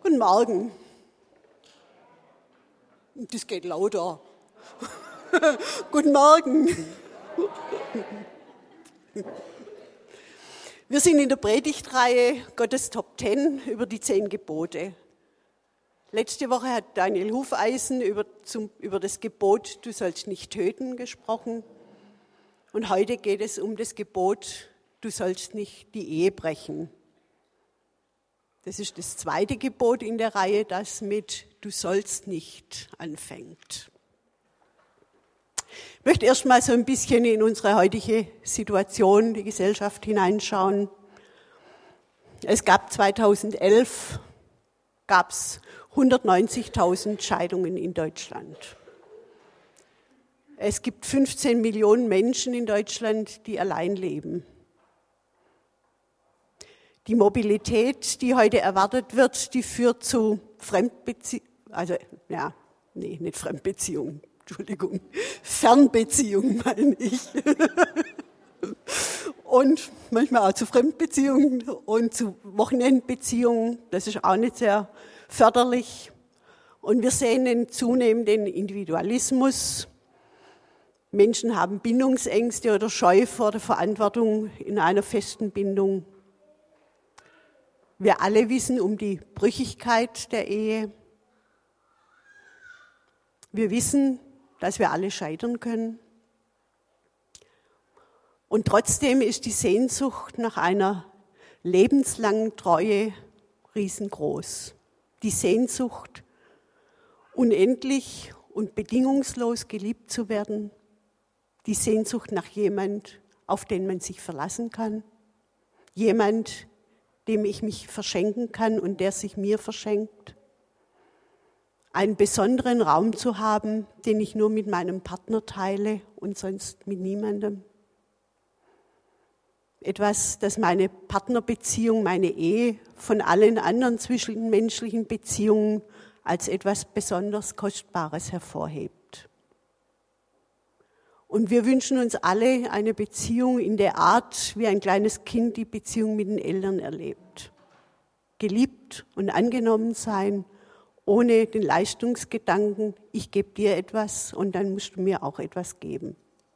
Guten Morgen. Das geht lauter. Guten Morgen. Wir sind in der Predigtreihe Gottes Top 10 über die 10 Gebote. Letzte Woche hat Daniel Hufeisen über das Gebot, du sollst nicht töten, gesprochen. Und heute geht es um das Gebot, du sollst nicht die Ehe brechen. Das ist das zweite Gebot in der Reihe, das mit du sollst nicht anfängt. Ich möchte erst mal so ein bisschen in unsere heutige Situation, die Gesellschaft hineinschauen. Es gab 2011 190.000 Scheidungen in Deutschland. Es gibt 15 Millionen Menschen in Deutschland, die allein leben. Die Mobilität, die heute erwartet wird, die führt zu Fernbeziehungen meine ich. Und manchmal auch zu Fremdbeziehungen und zu Wochenendbeziehungen. Das ist auch nicht sehr förderlich. Und wir sehen einen zunehmenden Individualismus. Menschen haben Bindungsängste oder Scheu vor der Verantwortung in einer festen Bindung. Wir alle wissen um die Brüchigkeit der Ehe. Wir wissen, dass wir alle scheitern können. Und trotzdem ist die Sehnsucht nach einer lebenslangen Treue riesengroß. Die Sehnsucht, unendlich und bedingungslos geliebt zu werden. Die Sehnsucht nach jemand, auf den man sich verlassen kann. Jemand, dem ich mich verschenken kann und der sich mir verschenkt. Einen besonderen Raum zu haben, den ich nur mit meinem Partner teile und sonst mit niemandem. Etwas, das meine Partnerbeziehung, meine Ehe von allen anderen zwischenmenschlichen Beziehungen als etwas besonders Kostbares hervorhebt. Und wir wünschen uns alle eine Beziehung in der Art, wie ein kleines Kind die Beziehung mit den Eltern erlebt. Geliebt und angenommen sein, ohne den Leistungsgedanken, ich gebe dir etwas und dann musst du mir auch etwas geben.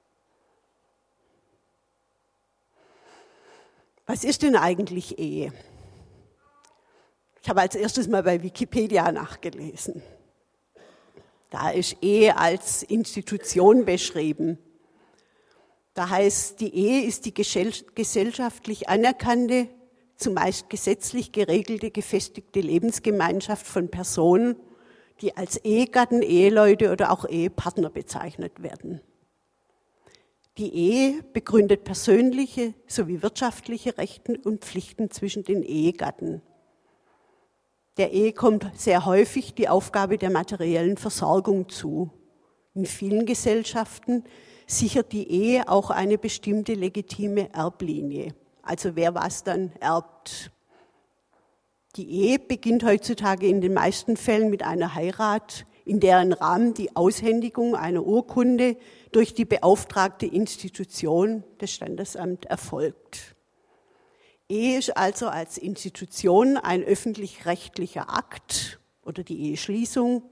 Was ist denn eigentlich Ehe? Ich habe als erstes mal bei Wikipedia nachgelesen. Da ist Ehe als Institution beschrieben. Da heißt, die Ehe ist die gesellschaftlich anerkannte, zumeist gesetzlich geregelte, gefestigte Lebensgemeinschaft von Personen, die als Ehegatten, Eheleute oder auch Ehepartner bezeichnet werden. Die Ehe begründet persönliche sowie wirtschaftliche Rechte und Pflichten zwischen den Ehegatten. Der Ehe kommt sehr häufig die Aufgabe der materiellen Versorgung zu. In vielen Gesellschaften sichert die Ehe auch eine bestimmte legitime Erblinie. Also wer was dann erbt. Die Ehe beginnt heutzutage in den meisten Fällen mit einer Heirat, in deren Rahmen die Aushändigung einer Urkunde durch die beauftragte Institution, das Standesamt, erfolgt. Ehe ist also als Institution ein öffentlich-rechtlicher Akt oder die Eheschließung.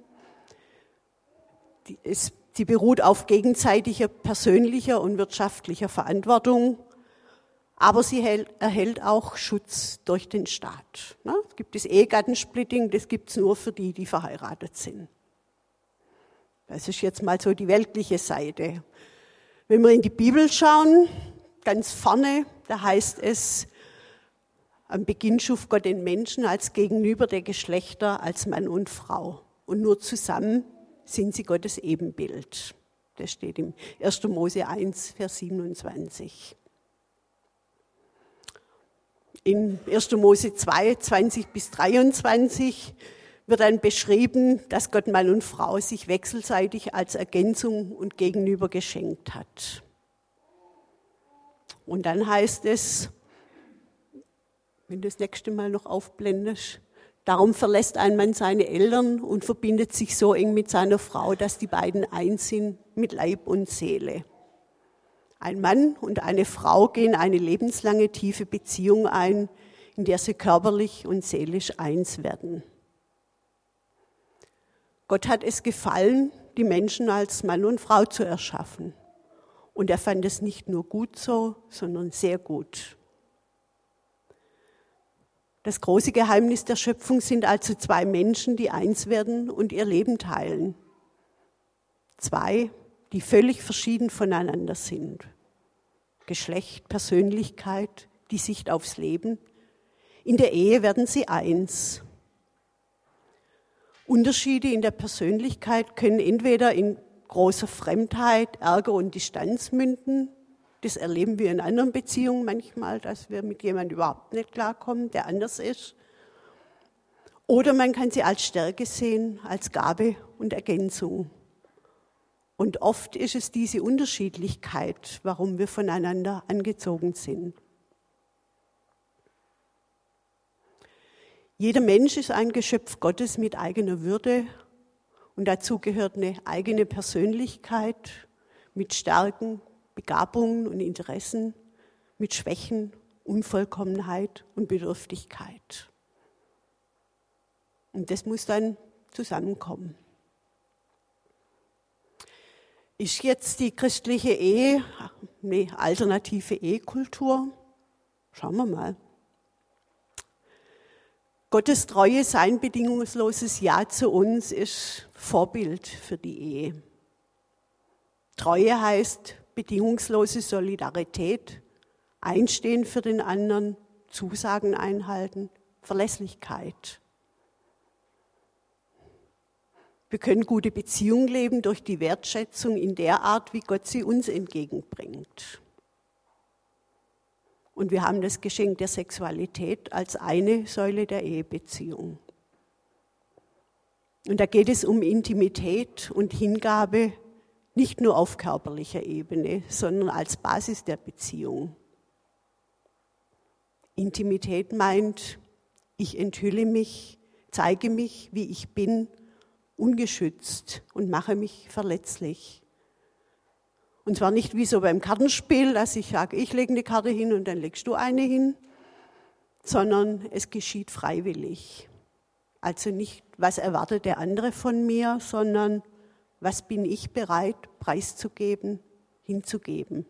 Sie beruht auf gegenseitiger persönlicher und wirtschaftlicher Verantwortung, aber sie erhält auch Schutz durch den Staat. Es gibt das Ehegattensplitting, das gibt es nur für die, die verheiratet sind. Das ist jetzt mal so die weltliche Seite. Wenn wir in die Bibel schauen, ganz vorne, da heißt es, am Beginn schuf Gott den Menschen als Gegenüber der Geschlechter, als Mann und Frau. Und nur zusammen sind sie Gottes Ebenbild. Das steht im 1. Mose 1, Vers 27. In 1. Mose 2, 20 bis 23 wird dann beschrieben, dass Gott Mann und Frau sich wechselseitig als Ergänzung und Gegenüber geschenkt hat. Und dann heißt es, wenn du das nächste Mal noch aufblendest, darum verlässt ein Mann seine Eltern und verbindet sich so eng mit seiner Frau, dass die beiden eins sind mit Leib und Seele. Ein Mann und eine Frau gehen eine lebenslange tiefe Beziehung ein, in der sie körperlich und seelisch eins werden. Gott hat es gefallen, die Menschen als Mann und Frau zu erschaffen. Und er fand es nicht nur gut so, sondern sehr gut. Das große Geheimnis der Schöpfung sind also zwei Menschen, die eins werden und ihr Leben teilen. Zwei, die völlig verschieden voneinander sind. Geschlecht, Persönlichkeit, die Sicht aufs Leben. In der Ehe werden sie eins. Unterschiede in der Persönlichkeit können entweder in großer Fremdheit, Ärger und Distanz münden. Das erleben wir in anderen Beziehungen manchmal, dass wir mit jemandem überhaupt nicht klarkommen, der anders ist. Oder man kann sie als Stärke sehen, als Gabe und Ergänzung. Und oft ist es diese Unterschiedlichkeit, warum wir voneinander angezogen sind. Jeder Mensch ist ein Geschöpf Gottes mit eigener Würde und dazu gehört eine eigene Persönlichkeit mit Stärken, Begabungen und Interessen, mit Schwächen, Unvollkommenheit und Bedürftigkeit. Und das muss dann zusammenkommen. Ist jetzt die christliche Ehe eine alternative Ehekultur? Schauen wir mal. Gottes Treue, sein bedingungsloses Ja zu uns ist Vorbild für die Ehe. Treue heißt bedingungslose Solidarität, Einstehen für den anderen, Zusagen einhalten, Verlässlichkeit. Wir können gute Beziehungen leben durch die Wertschätzung in der Art, wie Gott sie uns entgegenbringt. Und wir haben das Geschenk der Sexualität als eine Säule der Ehebeziehung. Und da geht es um Intimität und Hingabe, nicht nur auf körperlicher Ebene, sondern als Basis der Beziehung. Intimität meint, ich enthülle mich, zeige mich, wie ich bin, ungeschützt und mache mich verletzlich. Und zwar nicht wie so beim Kartenspiel, dass ich sage, ich lege eine Karte hin und dann legst du eine hin, sondern es geschieht freiwillig. Also nicht, was erwartet der andere von mir, sondern was bin ich bereit, preiszugeben, hinzugeben.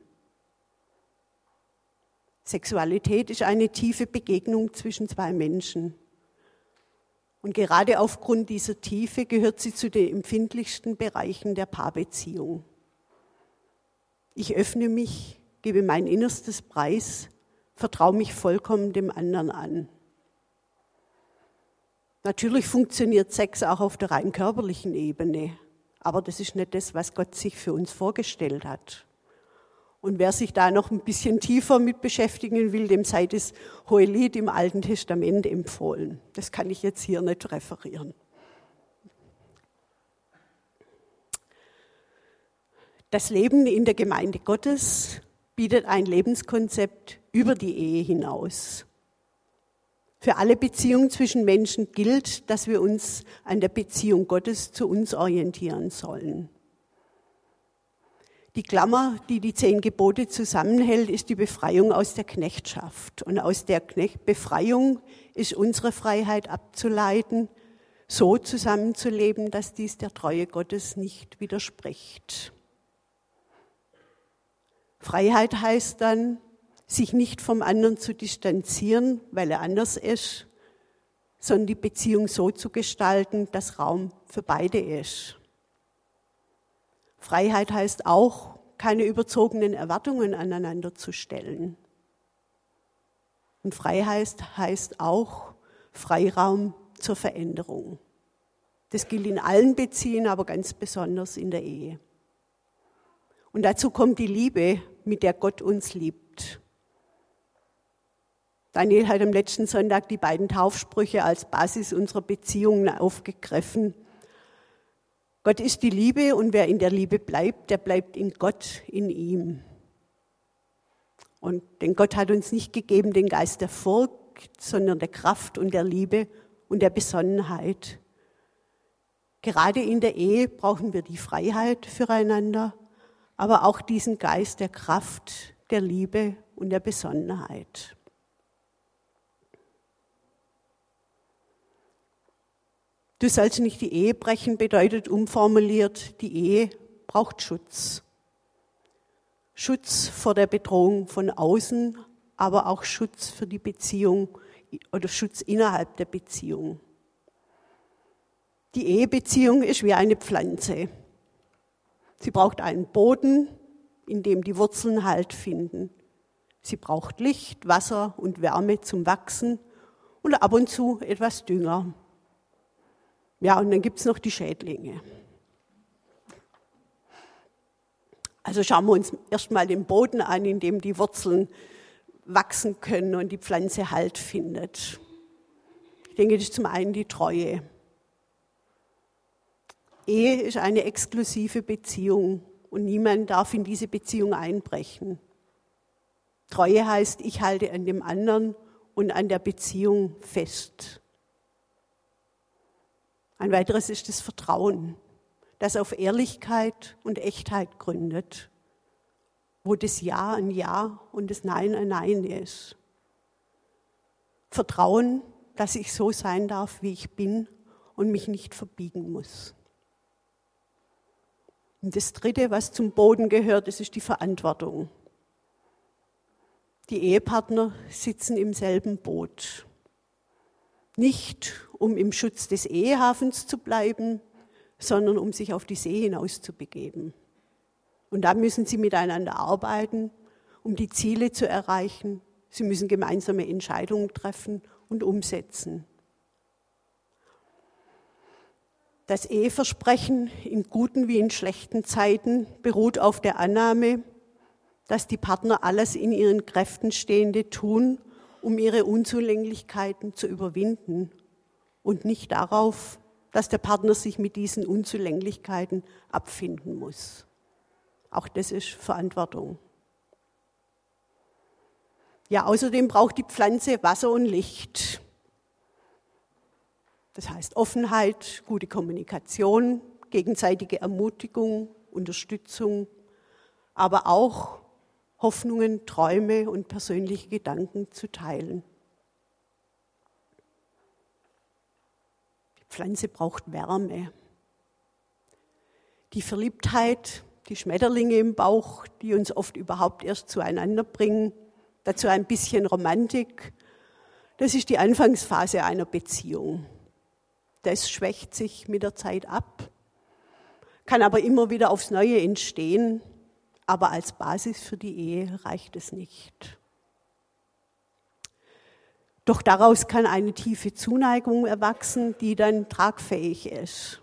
Sexualität ist eine tiefe Begegnung zwischen zwei Menschen. Und gerade aufgrund dieser Tiefe gehört sie zu den empfindlichsten Bereichen der Paarbeziehung. Ich öffne mich, gebe mein Innerstes preis, vertraue mich vollkommen dem anderen an. Natürlich funktioniert Sex auch auf der rein körperlichen Ebene, aber das ist nicht das, was Gott sich für uns vorgestellt hat. Und wer sich da noch ein bisschen tiefer mit beschäftigen will, dem sei das Hohelied im Alten Testament empfohlen. Das kann ich jetzt hier nicht referieren. Das Leben in der Gemeinde Gottes bietet ein Lebenskonzept über die Ehe hinaus. Für alle Beziehungen zwischen Menschen gilt, dass wir uns an der Beziehung Gottes zu uns orientieren sollen. Die Klammer, die die 10 Gebote zusammenhält, ist die Befreiung aus der Knechtschaft. Und aus der Befreiung ist unsere Freiheit abzuleiten, so zusammenzuleben, dass dies der Treue Gottes nicht widerspricht. Freiheit heißt dann, sich nicht vom anderen zu distanzieren, weil er anders ist, sondern die Beziehung so zu gestalten, dass Raum für beide ist. Freiheit heißt auch, keine überzogenen Erwartungen aneinander zu stellen. Und Freiheit heißt auch Freiraum zur Veränderung. Das gilt in allen Beziehungen, aber ganz besonders in der Ehe. Und dazu kommt die Liebe, mit der Gott uns liebt. Daniel hat am letzten Sonntag die beiden Taufsprüche als Basis unserer Beziehungen aufgegriffen. Gott ist die Liebe und wer in der Liebe bleibt, der bleibt in Gott, in ihm. Und denn Gott hat uns nicht gegeben den Geist der Furcht, sondern der Kraft und der Liebe und der Besonnenheit. Gerade in der Ehe brauchen wir die Freiheit füreinander, aber auch diesen Geist der Kraft, der Liebe und der Besonnenheit. Du sollst nicht die Ehe brechen bedeutet umformuliert, die Ehe braucht Schutz. Schutz vor der Bedrohung von außen, aber auch Schutz für die Beziehung oder Schutz innerhalb der Beziehung. Die Ehebeziehung ist wie eine Pflanze. Sie braucht einen Boden, in dem die Wurzeln Halt finden. Sie braucht Licht, Wasser und Wärme zum Wachsen und ab und zu etwas Dünger. Ja, und dann gibt es noch die Schädlinge. Also schauen wir uns erstmal den Boden an, in dem die Wurzeln wachsen können und die Pflanze Halt findet. Ich denke, das ist zum einen die Treue. Ehe ist eine exklusive Beziehung und niemand darf in diese Beziehung einbrechen. Treue heißt, ich halte an dem anderen und an der Beziehung fest. Ein weiteres ist das Vertrauen, das auf Ehrlichkeit und Echtheit gründet, wo das Ja ein Ja und das Nein ein Nein ist. Vertrauen, dass ich so sein darf, wie ich bin und mich nicht verbiegen muss. Und das Dritte, was zum Boden gehört, das ist die Verantwortung. Die Ehepartner sitzen im selben Boot. Nicht, um im Schutz des Ehehafens zu bleiben, sondern um sich auf die See hinaus zu begeben. Und da müssen sie miteinander arbeiten, um die Ziele zu erreichen. Sie müssen gemeinsame Entscheidungen treffen und umsetzen. Das Eheversprechen in guten wie in schlechten Zeiten beruht auf der Annahme, dass die Partner alles in ihren Kräften Stehende tun, um ihre Unzulänglichkeiten zu überwinden und nicht darauf, dass der Partner sich mit diesen Unzulänglichkeiten abfinden muss. Auch das ist Verantwortung. Ja, außerdem braucht die Pflanze Wasser und Licht. Das heißt Offenheit, gute Kommunikation, gegenseitige Ermutigung, Unterstützung, aber auch Hoffnungen, Träume und persönliche Gedanken zu teilen. Die Pflanze braucht Wärme. Die Verliebtheit, die Schmetterlinge im Bauch, die uns oft überhaupt erst zueinander bringen, dazu ein bisschen Romantik, das ist die Anfangsphase einer Beziehung. Das schwächt sich mit der Zeit ab, kann aber immer wieder aufs Neue entstehen, aber als Basis für die Ehe reicht es nicht. Doch daraus kann eine tiefe Zuneigung erwachsen, die dann tragfähig ist.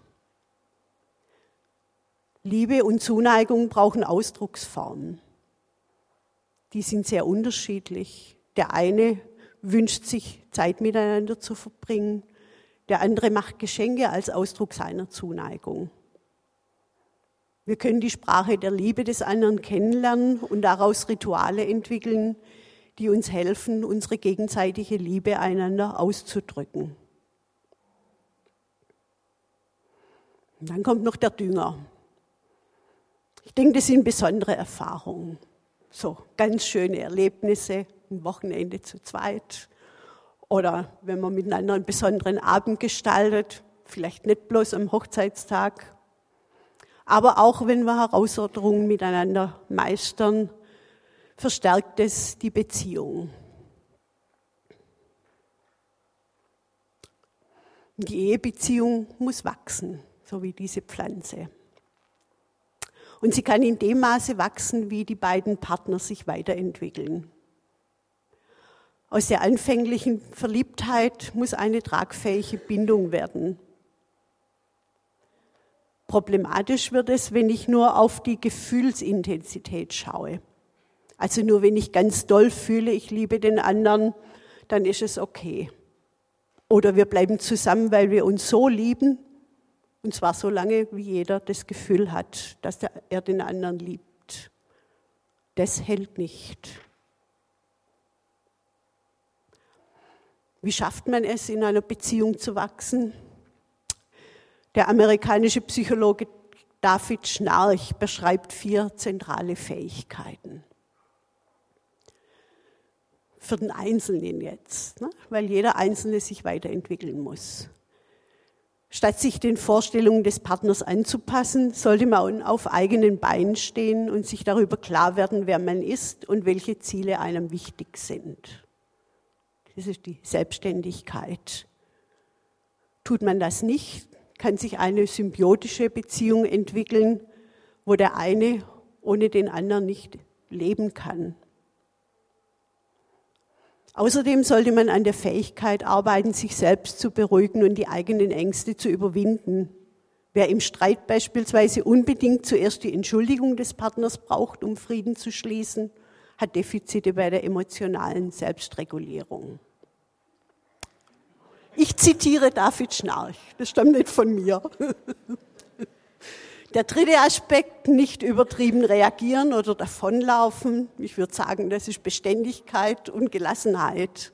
Liebe und Zuneigung brauchen Ausdrucksformen. Die sind sehr unterschiedlich. Der eine wünscht sich, Zeit miteinander zu verbringen. Der andere macht Geschenke als Ausdruck seiner Zuneigung. Wir können die Sprache der Liebe des anderen kennenlernen und daraus Rituale entwickeln, die uns helfen, unsere gegenseitige Liebe einander auszudrücken. Und dann kommt noch der Dünger. Ich denke, das sind besondere Erfahrungen. So ganz schöne Erlebnisse, ein Wochenende zu zweit. Oder wenn man miteinander einen besonderen Abend gestaltet, vielleicht nicht bloß am Hochzeitstag, aber auch wenn wir Herausforderungen miteinander meistern, verstärkt es die Beziehung. Die Ehebeziehung muss wachsen, so wie diese Pflanze. Und sie kann in dem Maße wachsen, wie die beiden Partner sich weiterentwickeln. Aus der anfänglichen Verliebtheit muss eine tragfähige Bindung werden. Problematisch wird es, wenn ich nur auf die Gefühlsintensität schaue. Also nur wenn ich ganz doll fühle, ich liebe den anderen, dann ist es okay. Oder wir bleiben zusammen, weil wir uns so lieben, und zwar so lange, wie jeder das Gefühl hat, dass er den anderen liebt. Das hält nicht. Wie schafft man es, in einer Beziehung zu wachsen? Der amerikanische Psychologe David Schnarch beschreibt 4 zentrale Fähigkeiten. Für den Einzelnen jetzt, ne? Weil jeder Einzelne sich weiterentwickeln muss. Statt sich den Vorstellungen des Partners anzupassen, sollte man auf eigenen Beinen stehen und sich darüber klar werden, wer man ist und welche Ziele einem wichtig sind. Das ist die Selbstständigkeit. Tut man das nicht, kann sich eine symbiotische Beziehung entwickeln, wo der eine ohne den anderen nicht leben kann. Außerdem sollte man an der Fähigkeit arbeiten, sich selbst zu beruhigen und die eigenen Ängste zu überwinden. Wer im Streit beispielsweise unbedingt zuerst die Entschuldigung des Partners braucht, um Frieden zu schließen, hat Defizite bei der emotionalen Selbstregulierung. Ich zitiere David Schnarch, das stammt nicht von mir. Der dritte Aspekt, nicht übertrieben reagieren oder davonlaufen. Ich würde sagen, das ist Beständigkeit und Gelassenheit.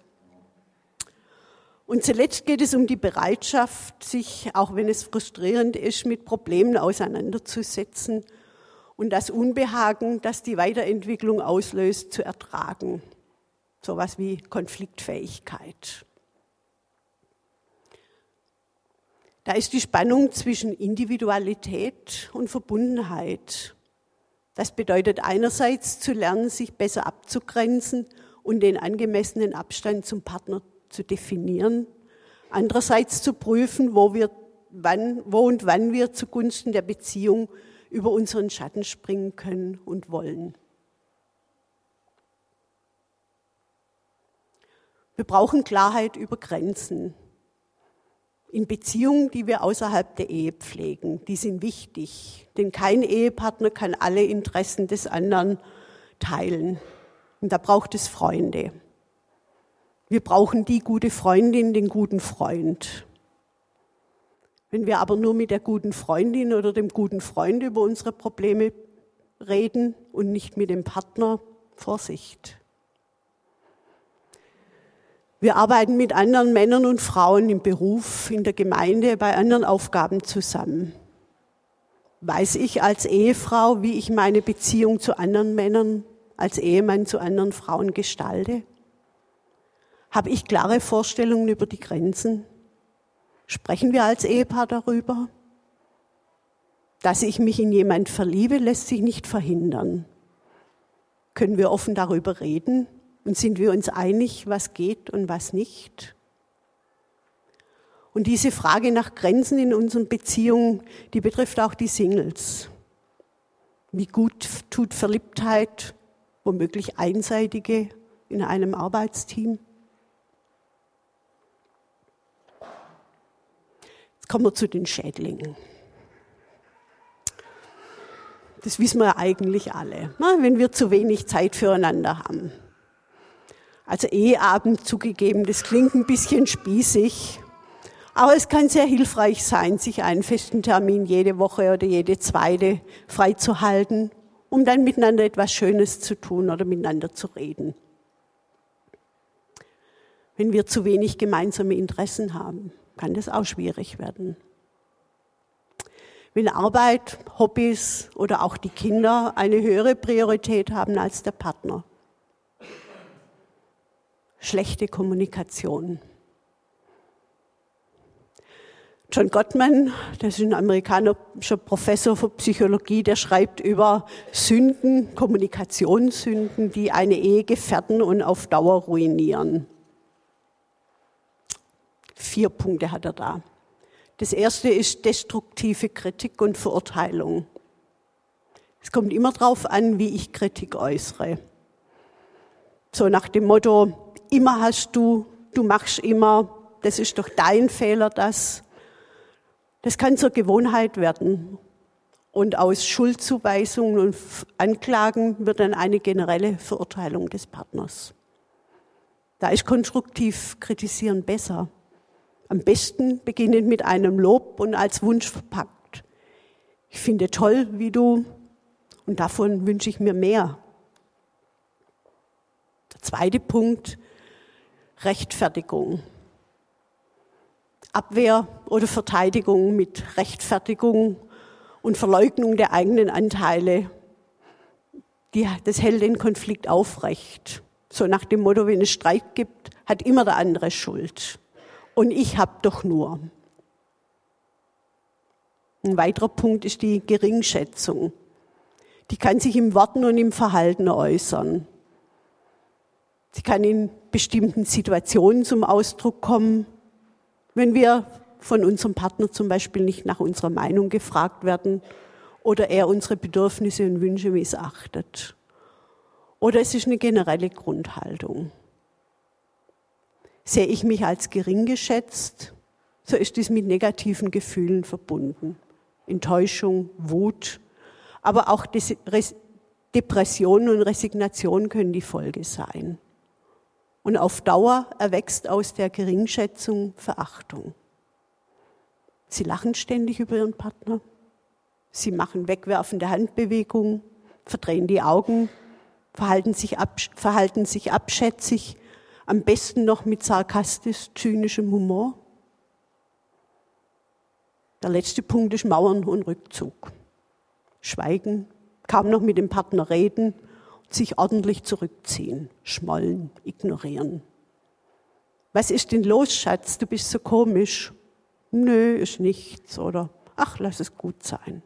Und zuletzt geht es um die Bereitschaft, sich, auch wenn es frustrierend ist, mit Problemen auseinanderzusetzen und das Unbehagen, das die Weiterentwicklung auslöst, zu ertragen. Sowas wie Konfliktfähigkeit. Da ist die Spannung zwischen Individualität und Verbundenheit. Das bedeutet einerseits zu lernen, sich besser abzugrenzen und den angemessenen Abstand zum Partner zu definieren. Andererseits zu prüfen, wo und wann wir zugunsten der Beziehung über unseren Schatten springen können und wollen. Wir brauchen Klarheit über Grenzen. In Beziehungen, die wir außerhalb der Ehe pflegen, die sind wichtig, denn kein Ehepartner kann alle Interessen des anderen teilen. Und da braucht es Freunde. Wir brauchen die gute Freundin, den guten Freund. Wenn wir aber nur mit der guten Freundin oder dem guten Freund über unsere Probleme reden und nicht mit dem Partner, Vorsicht. Wir arbeiten mit anderen Männern und Frauen im Beruf, in der Gemeinde, bei anderen Aufgaben zusammen. Weiß ich als Ehefrau, wie ich meine Beziehung zu anderen Männern, als Ehemann zu anderen Frauen gestalte? Habe ich klare Vorstellungen über die Grenzen? Sprechen wir als Ehepaar darüber? Dass ich mich in jemand verliebe, lässt sich nicht verhindern. Können wir offen darüber reden? Und sind wir uns einig, was geht und was nicht? Und diese Frage nach Grenzen in unseren Beziehungen, die betrifft auch die Singles. Wie gut tut Verliebtheit, womöglich einseitige, in einem Arbeitsteam? Jetzt kommen wir zu den Schädlingen. Das wissen wir ja eigentlich alle, wenn wir zu wenig Zeit füreinander haben. Also Eheabend zugegeben, das klingt ein bisschen spießig, aber es kann sehr hilfreich sein, sich einen festen Termin jede Woche oder jede zweite freizuhalten, um dann miteinander etwas Schönes zu tun oder miteinander zu reden. Wenn wir zu wenig gemeinsame Interessen haben, kann das auch schwierig werden. Wenn Arbeit, Hobbys oder auch die Kinder eine höhere Priorität haben als der Partner. Schlechte Kommunikation. John Gottman, das ist ein amerikanischer Professor für Psychologie, der schreibt über Sünden, Kommunikationssünden, die eine Ehe gefährden und auf Dauer ruinieren. 4 Punkte hat er da. Das erste ist destruktive Kritik und Verurteilung. Es kommt immer darauf an, wie ich Kritik äußere. So nach dem Motto, immer hast du machst immer, das ist doch dein Fehler, das kann zur Gewohnheit werden. Und aus Schuldzuweisungen und Anklagen wird dann eine generelle Verurteilung des Partners. Da ist konstruktiv kritisieren besser. Am besten beginnend mit einem Lob und als Wunsch verpackt. Ich finde toll, wie du, und davon wünsche ich mir mehr. Der zweite Punkt, Rechtfertigung. Abwehr oder Verteidigung mit Rechtfertigung und Verleugnung der eigenen Anteile. Das hält den Konflikt aufrecht. So nach dem Motto, wenn es Streit gibt, hat immer der andere Schuld. Und ich habe doch nur. Ein weiterer Punkt ist die Geringschätzung. Die kann sich im Worten und im Verhalten äußern. Sie kann in bestimmten Situationen zum Ausdruck kommen, wenn wir von unserem Partner zum Beispiel nicht nach unserer Meinung gefragt werden oder er unsere Bedürfnisse und Wünsche missachtet. Oder es ist eine generelle Grundhaltung. Sehe ich mich als gering geschätzt, so ist dies mit negativen Gefühlen verbunden. Enttäuschung, Wut, aber auch Depression und Resignation können die Folge sein. Und auf Dauer erwächst aus der Geringschätzung Verachtung. Sie lachen ständig über ihren Partner, sie machen wegwerfende Handbewegungen, verdrehen die Augen, verhalten sich abschätzig, am besten noch mit sarkastisch-zynischem Humor. Der letzte Punkt ist Mauern und Rückzug. Schweigen, kaum noch mit dem Partner reden, sich ordentlich zurückziehen, schmollen, ignorieren. Was ist denn los, Schatz? Du bist so komisch. Nö, ist nichts. Oder ach, lass es gut sein.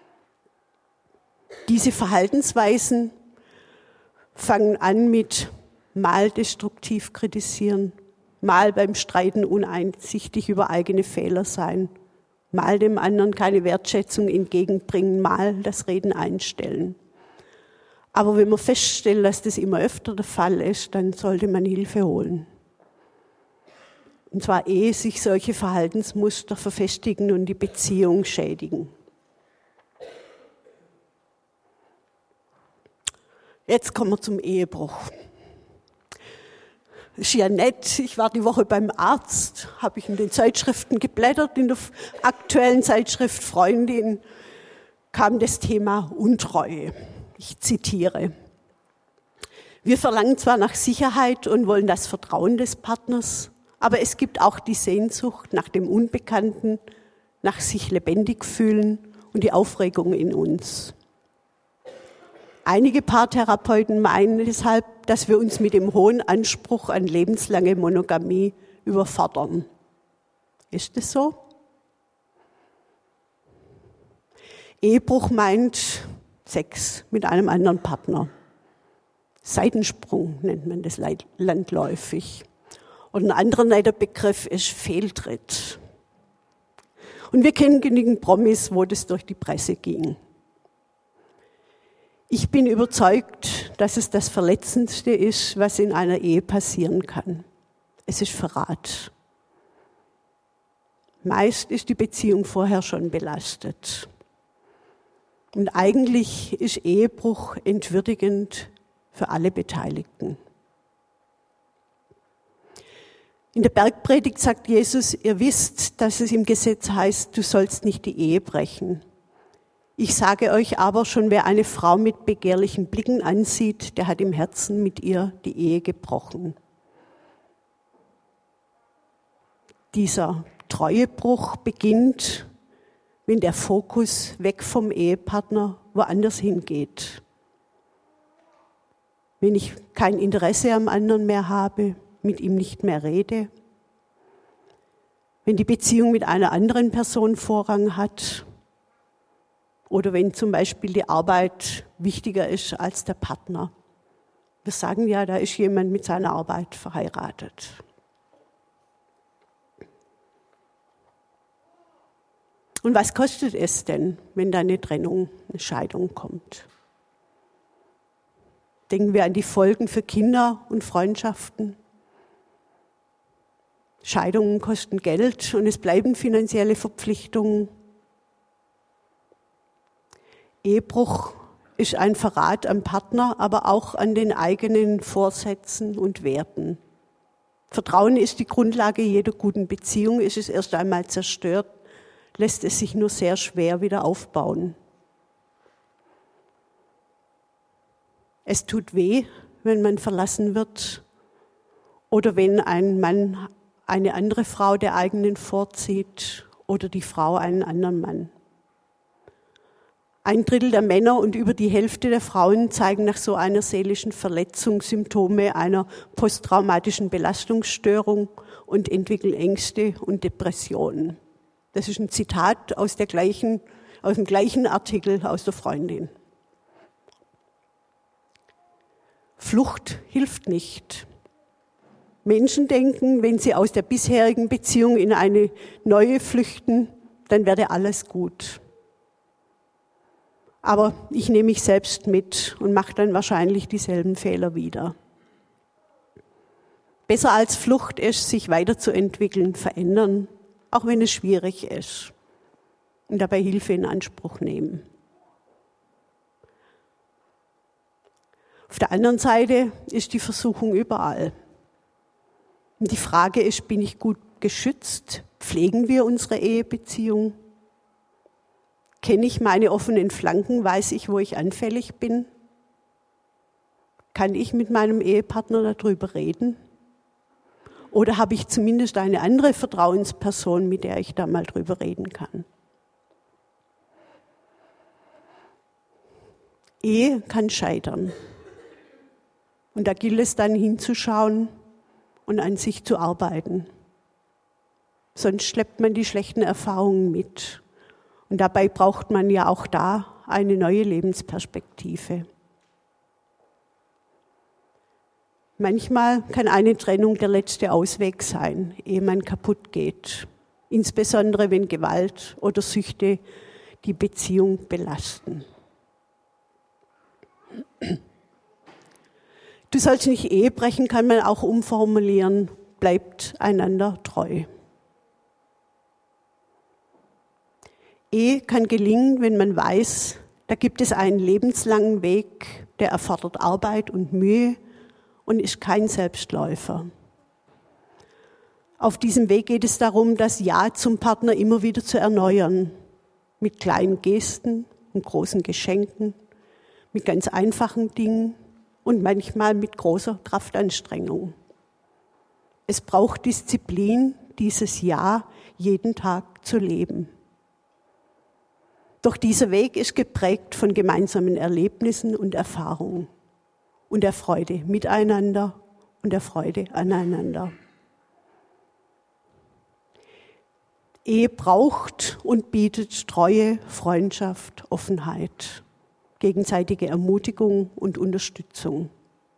Diese Verhaltensweisen fangen an mit mal destruktiv kritisieren, mal beim Streiten uneinsichtig über eigene Fehler sein, mal dem anderen keine Wertschätzung entgegenbringen, mal das Reden einstellen. Aber wenn man feststellt, dass das immer öfter der Fall ist, dann sollte man Hilfe holen. Und zwar ehe sich solche Verhaltensmuster verfestigen und die Beziehung schädigen. Jetzt kommen wir zum Ehebruch. Ist ja nett, ich war die Woche beim Arzt, habe ich in den Zeitschriften geblättert, in der aktuellen Zeitschrift Freundin kam das Thema Untreue. Ich zitiere: Wir verlangen zwar nach Sicherheit und wollen das Vertrauen des Partners, aber es gibt auch die Sehnsucht nach dem Unbekannten, nach sich lebendig fühlen und die Aufregung in uns. Einige Paartherapeuten meinen deshalb, dass wir uns mit dem hohen Anspruch an lebenslange Monogamie überfordern. Ist es so? Ehebruch meint Sex mit einem anderen Partner. Seitensprung nennt man das landläufig. Und ein anderer netter Begriff ist Fehltritt. Und wir kennen genügend Promis, wo das durch die Presse ging. Ich bin überzeugt, dass es das Verletzendste ist, was in einer Ehe passieren kann. Es ist Verrat. Meist ist die Beziehung vorher schon belastet. Und eigentlich ist Ehebruch entwürdigend für alle Beteiligten. In der Bergpredigt sagt Jesus, ihr wisst, dass es im Gesetz heißt, du sollst nicht die Ehe brechen. Ich sage euch aber schon, wer eine Frau mit begehrlichen Blicken ansieht, der hat im Herzen mit ihr die Ehe gebrochen. Dieser Treuebruch beginnt, wenn der Fokus weg vom Ehepartner woanders hingeht. Wenn ich kein Interesse am anderen mehr habe, mit ihm nicht mehr rede. Wenn die Beziehung mit einer anderen Person Vorrang hat. Oder wenn zum Beispiel die Arbeit wichtiger ist als der Partner. Wir sagen ja, da ist jemand mit seiner Arbeit verheiratet. Und was kostet es denn, wenn da eine Trennung, eine Scheidung kommt? Denken wir an die Folgen für Kinder und Freundschaften. Scheidungen kosten Geld und es bleiben finanzielle Verpflichtungen. Ehebruch ist ein Verrat am Partner, aber auch an den eigenen Vorsätzen und Werten. Vertrauen ist die Grundlage jeder guten Beziehung. Ist es erst einmal zerstört, lässt es sich nur sehr schwer wieder aufbauen. Es tut weh, wenn man verlassen wird oder wenn ein Mann eine andere Frau der eigenen vorzieht oder die Frau einen anderen Mann. 1/3 der Männer und über die Hälfte der Frauen zeigen nach so einer seelischen Verletzung Symptome einer posttraumatischen Belastungsstörung und entwickeln Ängste und Depressionen. Das ist ein Zitat aus dem gleichen Artikel aus der Freundin. Flucht hilft nicht. Menschen denken, wenn sie aus der bisherigen Beziehung in eine neue flüchten, dann werde alles gut. Aber ich nehme mich selbst mit und mache dann wahrscheinlich dieselben Fehler wieder. Besser als Flucht ist, sich weiterzuentwickeln, verändern, auch wenn es schwierig ist. Und dabei Hilfe in Anspruch nehmen. Auf der anderen Seite ist die Versuchung überall. Und die Frage ist, bin ich gut geschützt? Pflegen wir unsere Ehebeziehung? Kenne ich meine offenen Flanken? Weiß ich, wo ich anfällig bin? Kann ich mit meinem Ehepartner darüber reden? Oder habe ich zumindest eine andere Vertrauensperson, mit der ich da mal drüber reden kann? Ehe kann scheitern. Und da gilt es dann hinzuschauen und an sich zu arbeiten. Sonst schleppt man die schlechten Erfahrungen mit. Und dabei braucht man ja auch da eine neue Lebensperspektive. Manchmal kann eine Trennung der letzte Ausweg sein, ehe man kaputt geht. Insbesondere wenn Gewalt oder Süchte die Beziehung belasten. Du sollst nicht Ehe brechen, kann man auch umformulieren, bleibt einander treu. Ehe kann gelingen, wenn man weiß, da gibt es einen lebenslangen Weg, der erfordert Arbeit und Mühe und ist kein Selbstläufer. Auf diesem Weg geht es darum, das Ja zum Partner immer wieder zu erneuern, mit kleinen Gesten und großen Geschenken, mit ganz einfachen Dingen und manchmal mit großer Kraftanstrengung. Es braucht Disziplin, dieses Ja jeden Tag zu leben. Doch dieser Weg ist geprägt von gemeinsamen Erlebnissen und Erfahrungen und der Freude miteinander und der Freude aneinander. Ehe braucht und bietet Treue, Freundschaft, Offenheit, gegenseitige Ermutigung und Unterstützung.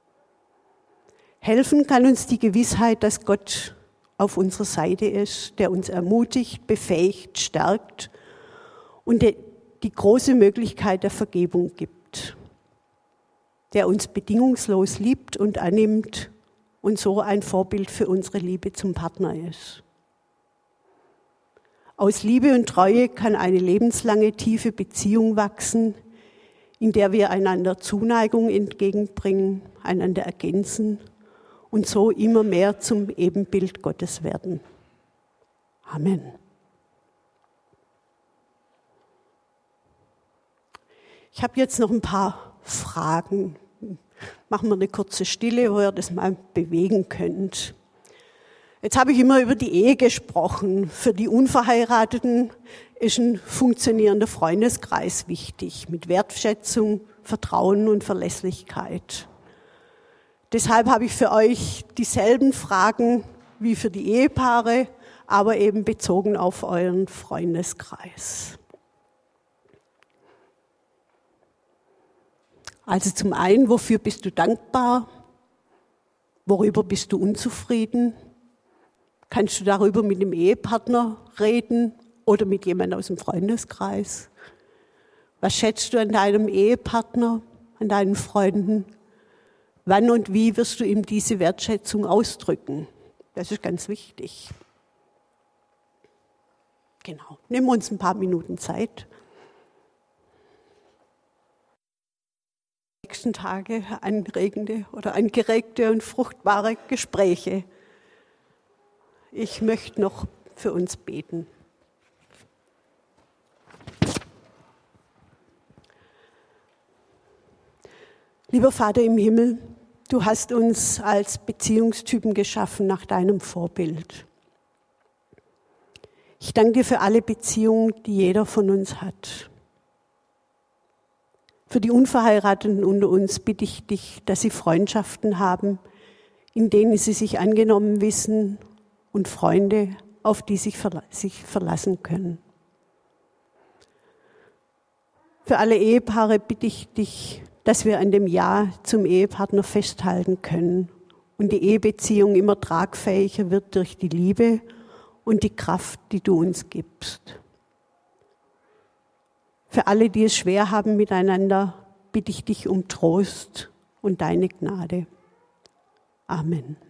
Helfen kann uns die Gewissheit, dass Gott auf unserer Seite ist, der uns ermutigt, befähigt, stärkt und die große Möglichkeit der Vergebung gibt, der uns bedingungslos liebt und annimmt und so ein Vorbild für unsere Liebe zum Partner ist. Aus Liebe und Treue kann eine lebenslange, tiefe Beziehung wachsen, in der wir einander Zuneigung entgegenbringen, einander ergänzen und so immer mehr zum Ebenbild Gottes werden. Amen. Ich habe jetzt noch ein paar Fragen. Machen wir eine kurze Stille, wo ihr das mal bewegen könnt. Jetzt habe ich immer über die Ehe gesprochen. Für die Unverheirateten ist ein funktionierender Freundeskreis wichtig, mit Wertschätzung, Vertrauen und Verlässlichkeit. Deshalb habe ich für euch dieselben Fragen wie für die Ehepaare, aber eben bezogen auf euren Freundeskreis. Also zum einen, wofür bist du dankbar? Worüber bist du unzufrieden? Kannst du darüber mit dem Ehepartner reden oder mit jemandem aus dem Freundeskreis? Was schätzt du an deinem Ehepartner, an deinen Freunden? Wann und wie wirst du ihm diese Wertschätzung ausdrücken? Das ist ganz wichtig. Genau, nehmen wir uns ein paar Minuten Zeit. Nächsten Tage anregende oder angeregte und fruchtbare Gespräche. Ich möchte noch für uns beten. Lieber Vater im Himmel, du hast uns als Beziehungstypen geschaffen nach deinem Vorbild. Ich danke dir für alle Beziehungen, die jeder von uns hat. Für die Unverheirateten unter uns bitte ich dich, dass sie Freundschaften haben, in denen sie sich angenommen wissen und Freunde, auf die sich verlassen können. Für alle Ehepaare bitte ich dich, dass wir an dem Ja zum Ehepartner festhalten können und die Ehebeziehung immer tragfähiger wird durch die Liebe und die Kraft, die du uns gibst. Für alle, die es schwer haben miteinander, bitte ich dich um Trost und deine Gnade. Amen.